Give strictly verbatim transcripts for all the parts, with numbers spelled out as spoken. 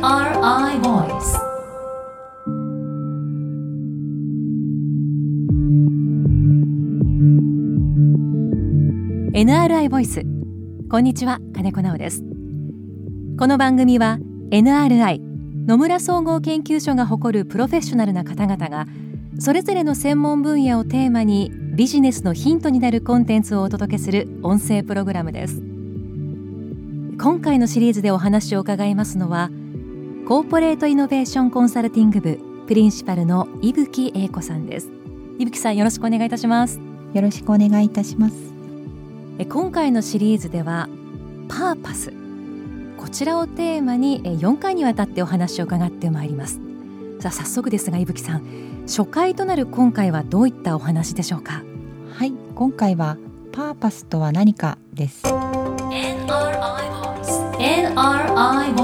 アールアイ Voice。 エヌアールアイ ボイス。こんにちは、金子直です。この番組は エヌアールアイ 野村総合研究所が誇るプロフェッショナルな方々がそれぞれの専門分野をテーマにビジネスのヒントになるコンテンツをお届けする音声プログラムです。今回のシリーズでお話を伺いますのはコーポレートイノベーションコンサルティング部プリンシパルの伊吹英子さんです。伊吹さん、よろしくお願いいたします。 よろしくお願いいたします。 今回のシリーズではパーパス、こちらをテーマによんかいにわたってお話を伺ってまいります。さあ、早速ですが伊吹さん、初回となる今回はどういったお話でしょうか。 はい、今回はパーパスとは何かです。 エヌアールアイ Voice。 エヌアールアイ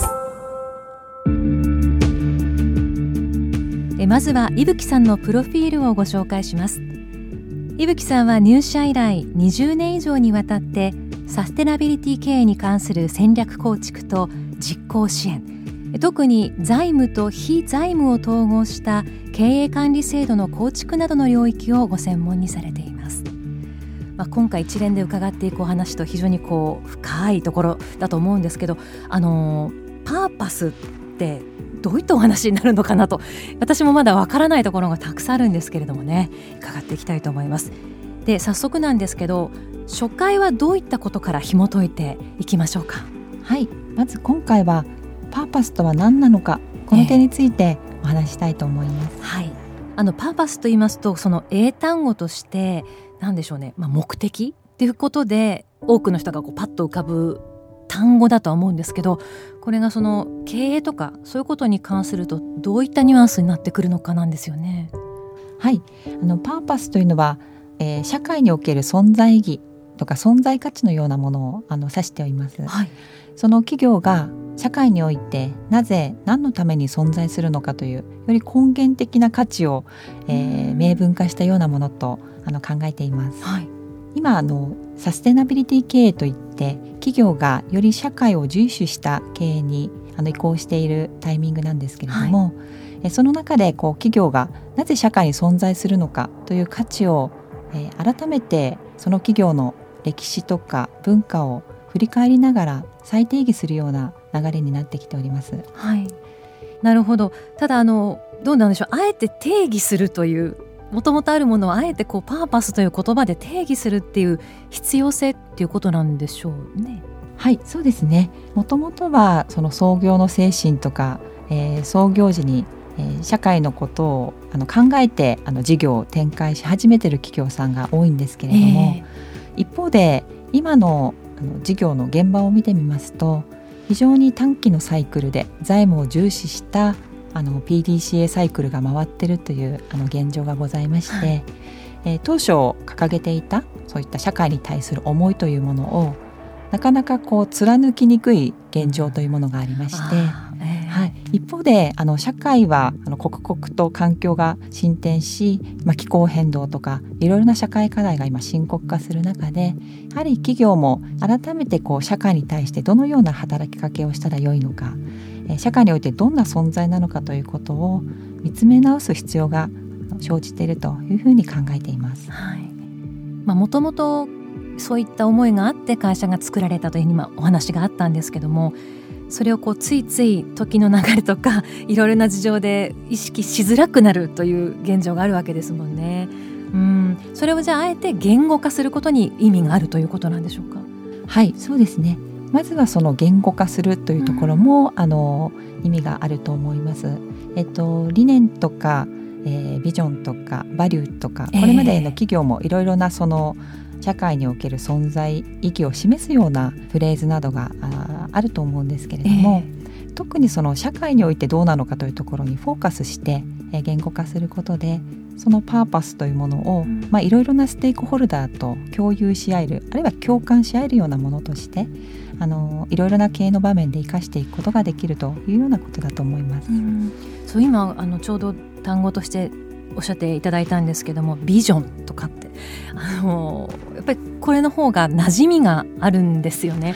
Voice。 えまずは伊吹さんのプロフィールをご紹介します。伊吹さんは入社以来にじゅうねん以上にわたってサステナビリティ経営に関する戦略構築と実行支援、特に財務と非財務を統合した経営管理制度の構築などの領域をご専門にされています。まあ、今回一連で伺っていくお話と非常にこう深いところだと思うんですけど、あのパーパスってどういったお話になるのかなと、私もまだわからないところがたくさんあるんですけれどもね、伺っていきたいと思います。で、早速なんですけど、初回はどういったことから紐解いていきましょうか。 はい、まず今回はパーパスとは何なのか、この点についてお話したいと思います。 えーはい、あのパーパスと言いますと、その英単語として何でしょうね、まあ、目的っていうことで多くの人がこうパッと浮かぶ単語だとは思うんですけど、これがその経営とかそういうことに関するとどういったニュアンスになってくるのかなんですよね。 はい、あのパーパスというのは、えー、社会における存在意義とか存在価値のようなものをあの指しております。はい、その企業が社会においてなぜ何のために存在するのかというより根源的な価値を、えー、明文化したようなものとあの考えています。はい、今あのサステナビリティ経営といって企業がより社会を重視した経営にあの移行しているタイミングなんですけれども、はい、えその中でこう企業がなぜ社会に存在するのかという価値を、えー、改めてその企業の歴史とか文化を振り返りながら再定義するような流れになってきております。 はい、なるほど。ただあのどうなんでしょう、あえて定義するという、もともとあるものをあえてこうパーパスという言葉で定義するっていう必要性っていうことなんでしょうね。 はい、そうですね。もともとはその創業の精神とか、えー、創業時に、えー、社会のことをあの考えてあの事業を展開し始めている企業さんが多いんですけれども、えー、一方で今のあの事業の現場を見てみますと、非常に短期のサイクルで財務を重視したあの ピーディーシーエー サイクルが回っているというあの現状がございまして、はい、えー、当初掲げていたそういった社会に対する思いというものをなかなかこう貫きにくい現状というものがありまして、えーはい、一方であの社会はあの刻々と環境が進展し、まあ、気候変動とかいろいろな社会課題が今深刻化する中で、やはり企業も改めてこう社会に対してどのような働きかけをしたらよいのか、えー、社会においてどんな存在なのかということを見つめ直す必要が生じているというふうに考えています。 はい、まあ、もともとそういった思いがあって会社が作られたというふうに今お話があったんですけども、それをこうついつい時の流れとかいろいろな事情で意識しづらくなるという現状があるわけですもんね。うん、それをじゃああえて言語化することに意味があるということなんでしょうか。 はい、そうですね。まずはその言語化するというところも、うん、あの意味があると思います。えっと、理念とか、えー、ビジョンとかバリューとか、これまでの企業もいろいろなその社会における存在意義を示すようなフレーズなどが あ, あると思うんですけれども、えー、特にその社会においてどうなのかというところにフォーカスして、えー、言語化することで、そのパーパスというものを、うん、まあ、いろいろなステークホルダーと共有し合える、あるいは共感し合えるようなものとしてあのいろいろな経営の場面で生かしていくことができるというようなことだと思います。うん、 そう今あのちょうど単語としておっしゃっていただいたんですけども、ビジョンとかってあのやっぱりこれの方が馴染みがあるんですよね。はい、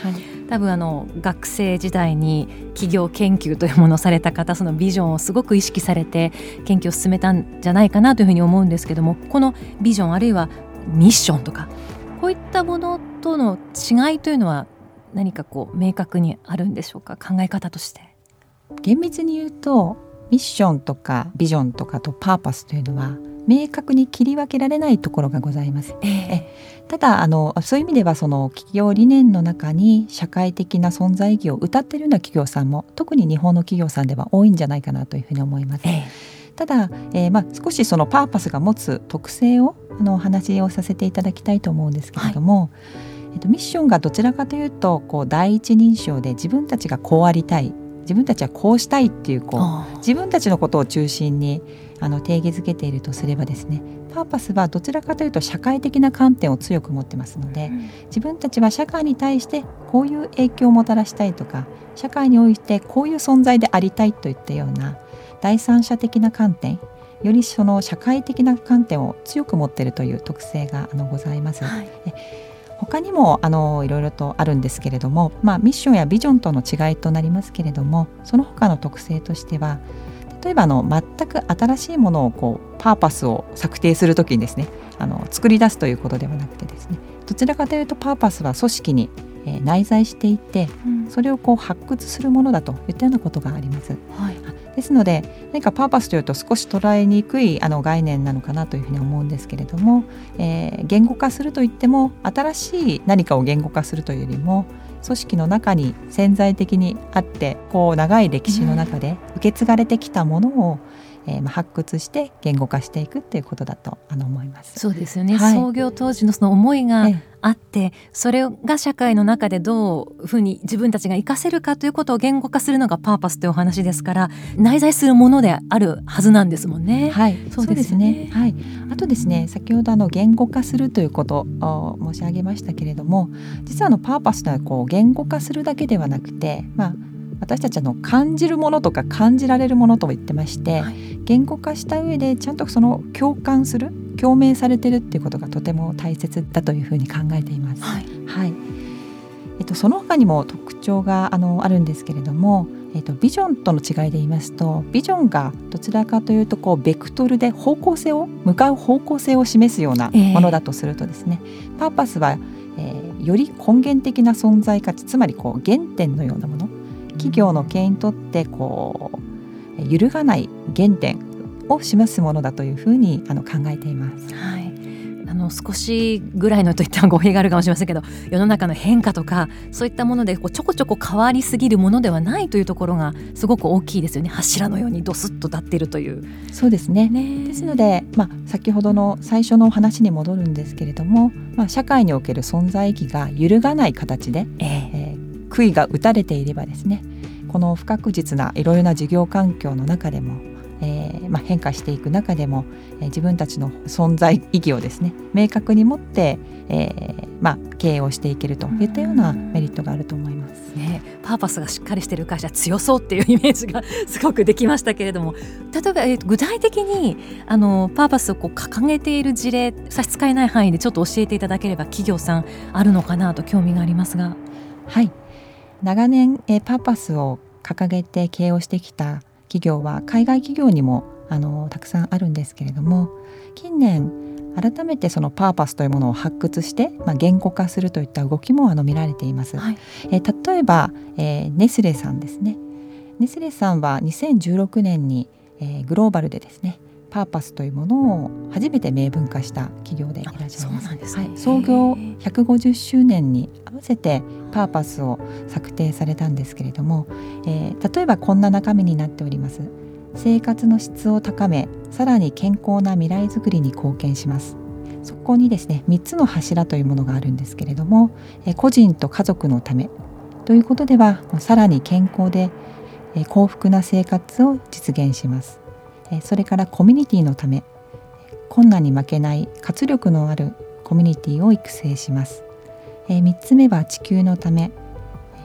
多分あの学生時代に企業研究というものをされた方、そのビジョンをすごく意識されて研究を進めたんじゃないかなというふうに思うんですけども、このビジョンあるいはミッションとかこういったものとの違いというのは何かこう明確にあるんでしょうか、考え方として。 厳密に言うとミッションとかビジョンとかとパーパスというのは明確に切り分けられないところがございます。えー、えただあのそういう意味ではその企業理念の中に社会的な存在意義を謳っているような企業さんも特に日本の企業さんでは多いんじゃないかなというふうに思います。えー、ただ、えーまあ、少しそのパーパスが持つ特性をあのお話をさせていただきたいと思うんですけれども、はい、えっと、ミッションがどちらかというとこう第一人称で自分たちがこうありたい、自分たちはこうしたいっていう、こう自分たちのことを中心にあの定義づけているとすればですね、パーパスはどちらかというと社会的な観点を強く持ってますので、うん、自分たちは社会に対してこういう影響をもたらしたいとか、社会においてこういう存在でありたいといったような第三者的な観点、よりその社会的な観点を強く持っているという特性があのございます。はい、他にもあのいろいろとあるんですけれども、まあ、ミッションやビジョンとの違いとなりますけれども、その他の特性としては、例えばあの全く新しいものをこうパーパスを策定するときにですね、あの作り出すということではなくてですね、どちらかというとパーパスは組織に、えー、内在していて、うん、それをこう発掘するものだといったようなことがあります。はい、ですので何かパーパスというと少し捉えにくいあの概念なのかなというふうに思うんですけれども、えー、言語化するといっても新しい何かを言語化するというよりも、組織の中に潜在的にあって、こう長い歴史の中で受け継がれてきたものを、えーまあ、発掘して言語化していくということだとあの思います。 そうですよね、はい、創業当時のその思いがあって、ええ、それが社会の中でどういうふうに自分たちが活かせるかということを言語化するのがパーパスというお話ですから、内在するものであるはずなんですもんね。 はい、そうですね。はい、あとですね、先ほどあの言語化するということを申し上げましたけれども、実はあのパーパスとはこう言語化するだけではなくて、まあ私たちの感じるものとか感じられるものと言ってまして、はい、言語化した上でちゃんとその共感する、共鳴されてるっていうことがとても大切だというふうに考えています。はいはい、えっと、その他にも特徴が あのあるんですけれども、えっと、ビジョンとの違いで言いますと、ビジョンがどちらかというとこうベクトルで方向性を向かう方向性を示すようなものだとするとですね、えー、パーパスは、えー、より根源的な存在価値、つまりこう原点のようなもの、企業の経営にとってこう揺るがない原点を示すものだというふうにあの考えています。 はい、あの少しぐらいのといったら語弊があるかもしれませんけど、世の中の変化とかそういったものでこうちょこちょこ変わりすぎるものではないというところがすごく大きいですよね。柱のようにドスッと立っているという。 そうですね。ですので、まあ、先ほどの最初のお話に戻るんですけれども、まあ、社会における存在意義が揺るがない形で、えーえー杭が打たれていればですね、この不確実ないろいろな事業環境の中でも、えーまあ、変化していく中でも、えー、自分たちの存在意義をですね明確に持って、えーまあ、経営をしていけるといったようなメリットがあると思います、 ね、パーパスがしっかりしている会社は強そうっていうイメージがすごくできましたけれども、例えば、えー、具体的にあのパーパスをこう掲げている事例、差し支えない範囲でちょっと教えていただければ、企業さんあるのかなと興味がありますが。 はい、長年、えー、パーパスを掲げて経営をしてきた企業は海外企業にもあのたくさんあるんですけれども、近年改めてそのパーパスというものを発掘して、まあ、言語化するといった動きもあの見られています、はい、えー、例えば、えー、ネスレさんですね。ネスレさんはにせんじゅうろくねんに、えー、グローバルでですねパーパスというものを初めて明文化した企業でいらっしゃいます。そうなんですね。はい、創業ひゃくごじゅっしゅうねんに合わせてパーパスを策定されたんですけれども、えー、例えばこんな中身になっております。生活の質を高め、さらに健康な未来づくりに貢献します。そこにですねみっつの柱というものがあるんですけれども、えー、個人と家族のためということではさらに健康で、えー、幸福な生活を実現します。それからコミュニティのため、困難に負けない活力のあるコミュニティを育成します。みっつめは地球のため、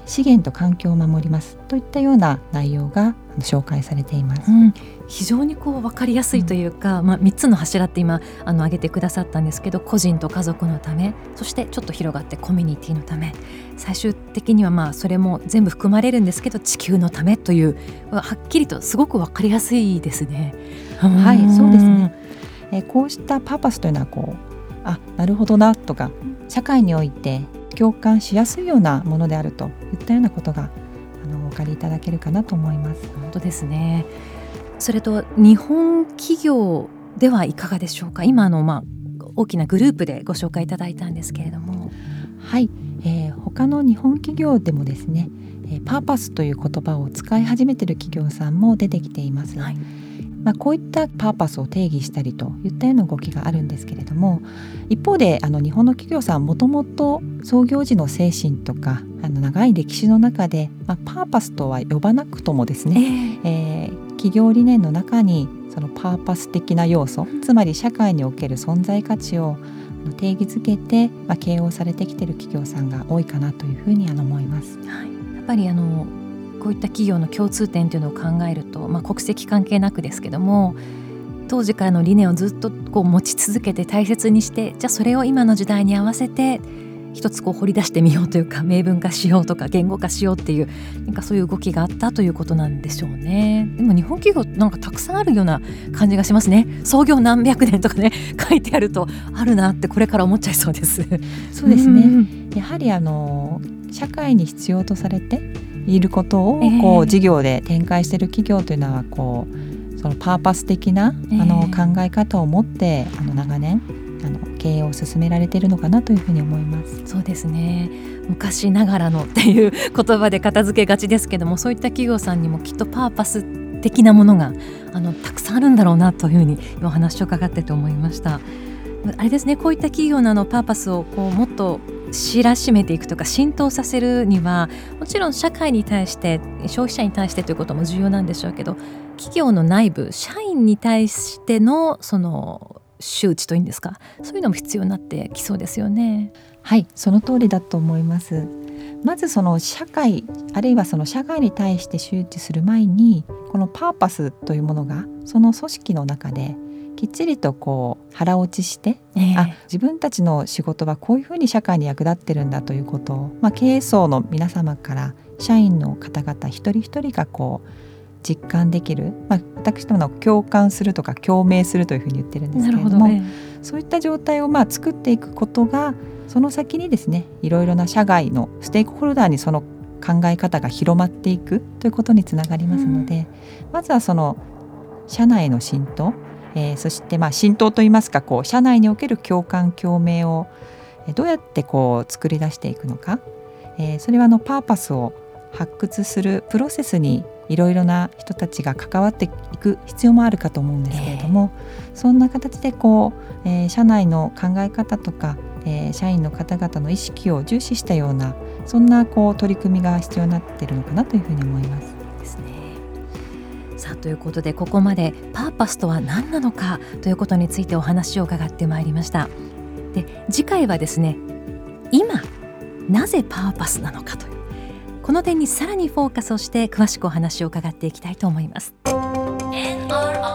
資源と環境を守りますといったような内容が紹介されています、 うん、非常にこう分かりやすいというか、うんまあ、みっつの柱って今あの挙げてくださったんですけど、個人と家族のため、そしてちょっと広がってコミュニティのため、最終的にはまあそれも全部含まれるんですけど地球のためという、はっきりとすごく分かりやすいですね。 はい、そうですね、えー、こうしたパーパスというのはこうあなるほどなとか、社会において共感しやすいようなものであるといったようなことがあのお分かりいただけるかなと思います。 本当ですね。それと日本企業ではいかがでしょうか。今あの、まあ、大きなグループでご紹介いただいたんですけれども、 はい、えー、他の日本企業でもですね、えー、パーパスという言葉を使い始めている企業さんも出てきています、はいまあ、こういったパーパスを定義したりといったような動きがあるんですけれども、一方であの日本の企業さんはもともと創業時の精神とかあの長い歴史の中で、まあ、パーパスとは呼ばなくともですね、えーえー、企業理念の中にそのパーパス的な要素、つまり社会における存在価値を定義づけて、まあ、経営をされてきている企業さんが多いかなというふうにあの思います、はい、 やっぱりあのこういった企業の共通点というのを考えると、まあ、国籍関係なくですけども、当時からの理念をずっとこう持ち続けて大切にして、じゃあそれを今の時代に合わせて一つこう掘り出してみようというか、明文化しようとか言語化しようっていう、なんかそういう動きがあったということなんでしょうね。でも日本企業なんかたくさんあるような感じがしますね。創業何百年とかね書いてあるとあるなってこれから思っちゃいそうです。 そうですね、うん、やはりあの社会に必要とされていることをこう事業で展開している企業というのはこうそのパーパス的なあの考え方を持ってあの長年あの経営を進められているのかなというふうに思います。 そうですね、昔ながらのっていう言葉で片付けがちですけども、そういった企業さんにもきっとパーパス的なものがあのたくさんあるんだろうなというふうにお話を伺ってて思いました。あれですね、こういった企業のあのパーパスをこうもっと知らしめていくとか浸透させるには、もちろん社会に対して消費者に対してということも重要なんでしょうけど、企業の内部社員に対してのその周知というんですか、そういうのも必要になってきそうですよね。 はい、その通りだと思います。まずその社会あるいはその社会に対して周知する前に、このパーパスというものがその組織の中できっちりとこう腹落ちして、えー、あ自分たちの仕事はこういうふうに社会に役立ってるんだということを、まあ、経営層の皆様から社員の方々一人一人がこう実感できる、まあ、私どもの共感するとか共鳴するというふうに言ってるんですけれども、なるほど、えー、そういった状態をまあ作っていくことが、その先にですね、いろいろな社外のステークホルダーにその考え方が広まっていくということにつながりますので、うん、まずはその社内の浸透、えー、そしてまあ浸透といいますか、こう社内における共感共鳴をどうやってこう作り出していくのか、えー、それはあのパーパスを発掘するプロセスにいろいろな人たちが関わっていく必要もあるかと思うんですけれども、えー、そんな形でこう、えー、社内の考え方とか、えー、社員の方々の意識を重視したような、そんなこう取り組みが必要になっているのかなというふうに思います。 ですね。さあということで、ここまでパーパスとは何なのかということについてお話を伺ってまいりました。で、次回はですね、今なぜパーパスなのかという、この点にさらにフォーカスをして詳しくお話を伺っていきたいと思います。 エヌアールアイ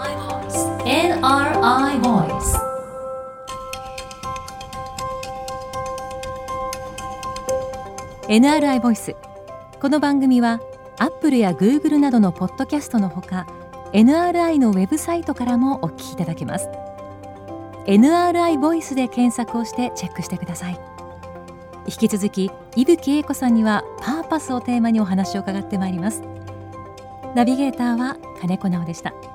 Voice エヌアールアイ Voiceエヌアールアイ Voice、 この番組はアップルやグーグルなどのポッドキャストのほか、 エヌアールアイ のウェブサイトからもお聞きいただけます。 エヌアールアイ Voice で検索をしてチェックしてください。引き続き伊吹英子さんにはパーパスをテーマにお話を伺ってまいります。ナビゲーターは金子直でした。